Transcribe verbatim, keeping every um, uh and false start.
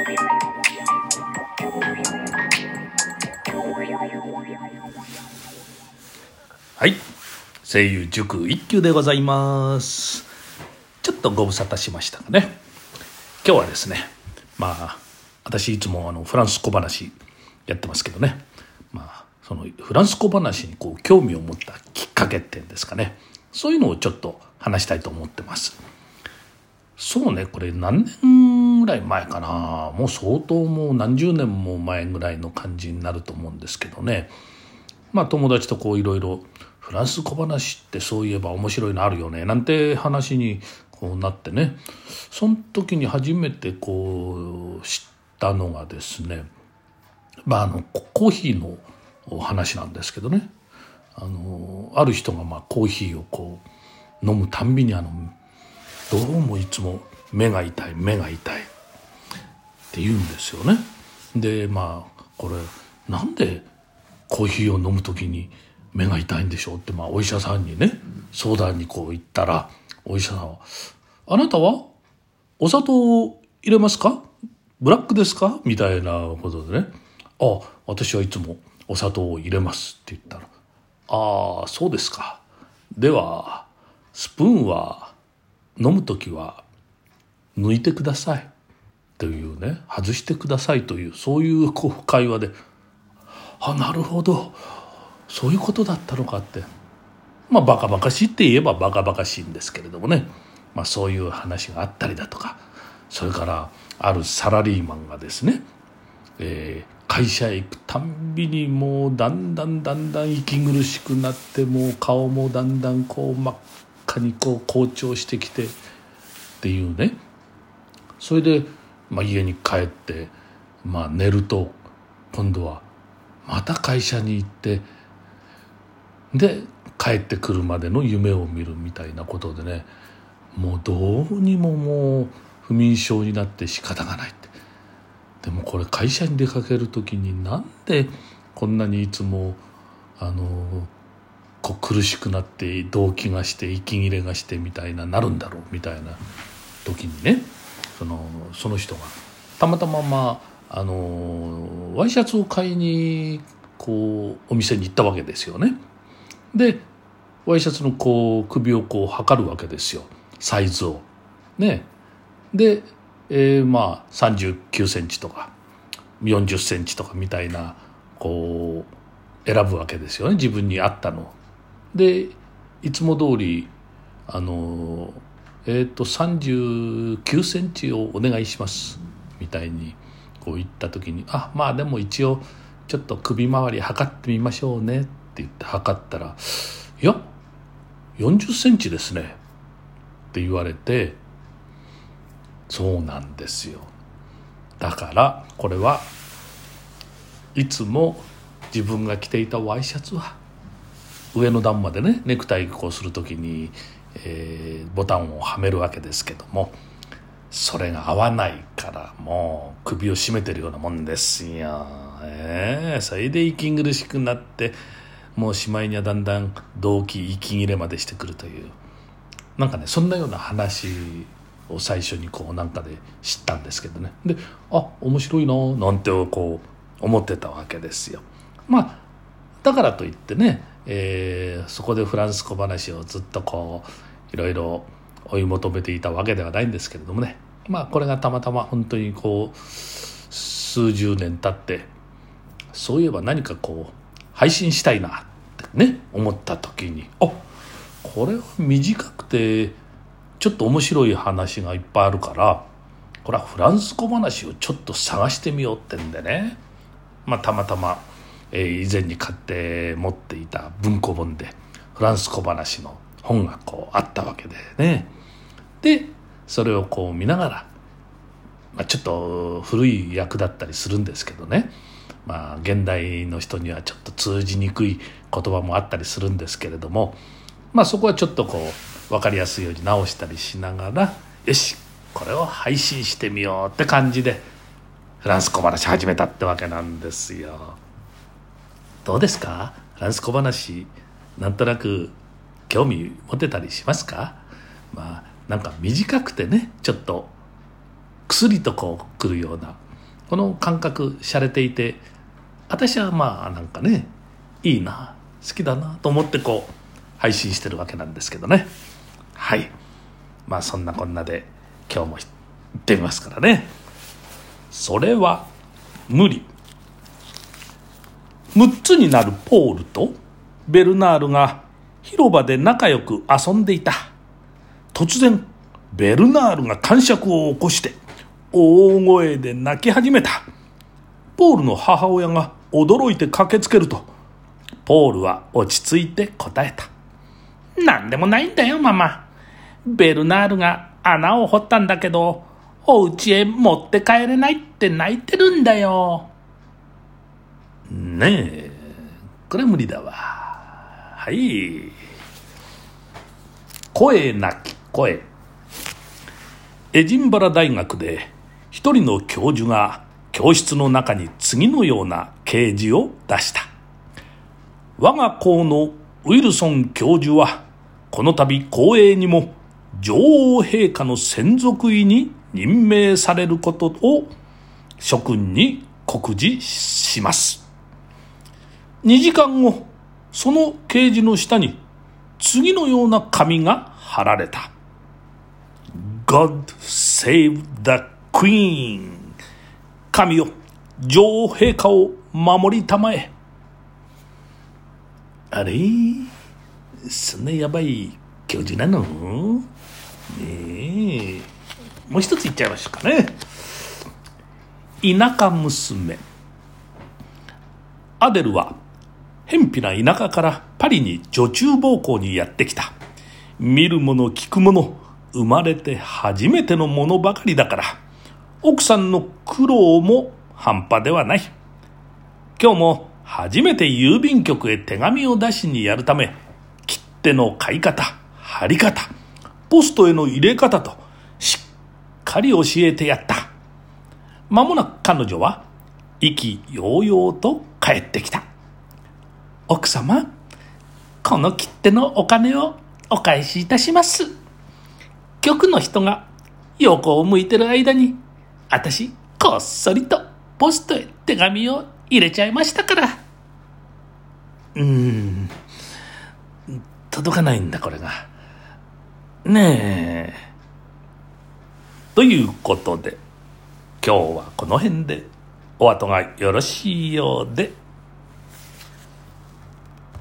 はい、声優塾一休でございます。ちょっとご無沙汰しましたがね、今日はですね、まあ私いつもあのフランス小話やってますけどね、まあそのフランス小話にこう興味を持ったきっかけっていうんですかね、そういうのをちょっと話したいと思ってます。そうね、これ何年ぐらい前かな、もう相当もう何十年も前ぐらいの感じになると思うんですけどね、まあ友達とこういろいろフランス小話ってそういえば面白いのあるよねなんて話にこうなってね、その時に初めてこう知ったのがですね、まああのコーヒーの話なんですけどね、あのある人がまあコーヒーをこう飲むたんびにあのどうもいつも目が痛い目が痛いって言うんですよね。でまあこれなんでコーヒーを飲む時に目が痛いんでしょうって、まあ、お医者さんにね相談にこう言ったら、お医者さんは「あなたはお砂糖を入れますか？ブラックですか？」みたいなことでね「あ、私はいつもお砂糖を入れます」って言ったら「ああそうですか。ではスプーンは飲む時は抜いてください」というね、外してくださいという、そういうこう会話で、あ、なるほどそういうことだったのかって、まあバカバカしいって言えばバカバカしいんですけれどもね、まあそういう話があったりだとか、それからあるサラリーマンがですね、えー、会社へ行くたんびにもうだんだんだんだん息苦しくなって、もう顔もだんだんこう真っ赤にこう紅潮してきてっていうね、それで、まあ、家に帰って、まあ、寝ると今度はまた会社に行って、で帰ってくるまでの夢を見るみたいなことでね、もうどうにももう不眠症になって仕方がないって。でもこれ会社に出かける時になんでこんなにいつもあのこう苦しくなって動悸がして息切れがしてみたいななるんだろうみたいな時にね、そのその人がたまたままああのワイシャツを買いにこうお店に行ったわけですよね。でワイシャツのこう首をこう測るわけですよ、サイズをね。で、えー、まあさんじゅうきゅうセンチとかよんじゅっセンチとかみたいなこう選ぶわけですよね、自分に合ったので。いつも通りあのえー、とさんじゅうきゅうセンチをお願いしますみたいにこう言った時に、あ、まあでも一応ちょっと首周り測ってみましょうねって言って測ったら、いやよんじゅっセンチですねって言われて、そうなんですよ。だからこれはいつも自分が着ていたワイシャツは上の段までね、ネクタイこうする時に、えー、ボタンをはめるわけですけども、それが合わないからもう首を絞めてるようなもんですよ、えー、それで息苦しくなって、もうしまいにはだんだん動悸息切れまでしてくるという、なんかねそんなような話を最初にこうなんかで知ったんですけどね。で、あ、面白いななんてこう思ってたわけですよ。まあだからといってね、えー、そこでフランス小話をずっとこういろいろ追い求めていたわけではないんですけれどもね、まあこれがたまたま本当にこう数十年経って、そういえば何かこう配信したいなってね思った時に、あ、これは短くてちょっと面白い話がいっぱいあるから、これはフランス小話をちょっと探してみようってんでね、まあたまたま、えー、以前に買って持っていた文庫本でフランス小話の本がこうあったわけでね。でそれをこう見ながら、まあ、ちょっと古い訳だったりするんですけどね、まあ現代の人にはちょっと通じにくい言葉もあったりするんですけれども、まあそこはちょっとこう分かりやすいように直したりしながら、よしこれを配信してみようって感じでフランス小話始めたってわけなんですよ。どうですか、フランス小話なんとなく興味持てたりしますか？まあなんか短くてね、ちょっと薬とこうくるようなこの感覚洒落ていて、私はまあなんかねいいな好きだなと思ってこう配信してるわけなんですけどね。はい、まあそんなこんなで今日も行ってみますからね。それは無理。むっつになるポールとベルナールが広場で仲良く遊んでいた。突然ベルナールが癇癪を起こして大声で泣き始めた。ポールの母親が驚いて駆けつけると、ポールは落ち着いて答えた。なんでもないんだよママ。ベルナールが穴を掘ったんだけど、お家へ持って帰れないって泣いてるんだよ。ねえ、これは無理だわ。はい。声なき声。エジンバラ大学で一人の教授が教室の中に次のような掲示を出した。我が校のウィルソン教授はこの度光栄にも女王陛下の専属医に任命されることを諸君に告示します。にじかんご、その掲示の下に次のような紙が貼られた。God save the Queen。 神よ、女王陛下を守りたまえ。あれ、そんなやばい教授なのねえ。もう一つ言っちゃいましょうかね。田舎娘。アデルは偏僻な田舎からパリに女中奉公にやってきた。見るもの聞くもの、生まれて初めてのものばかりだから、奥さんの苦労も半端ではない。今日も初めて郵便局へ手紙を出しにやるため、切手の買い方、貼り方、ポストへの入れ方としっかり教えてやった。間もなく彼女は意気揚々と帰ってきた。奥様、この切手のお金をお返しいたします。局の人が横を向いてる間に、私こっそりとポストへ手紙を入れちゃいましたから。うーん、届かないんだこれが。ねえ。ということで今日はこの辺でお後がよろしいようで。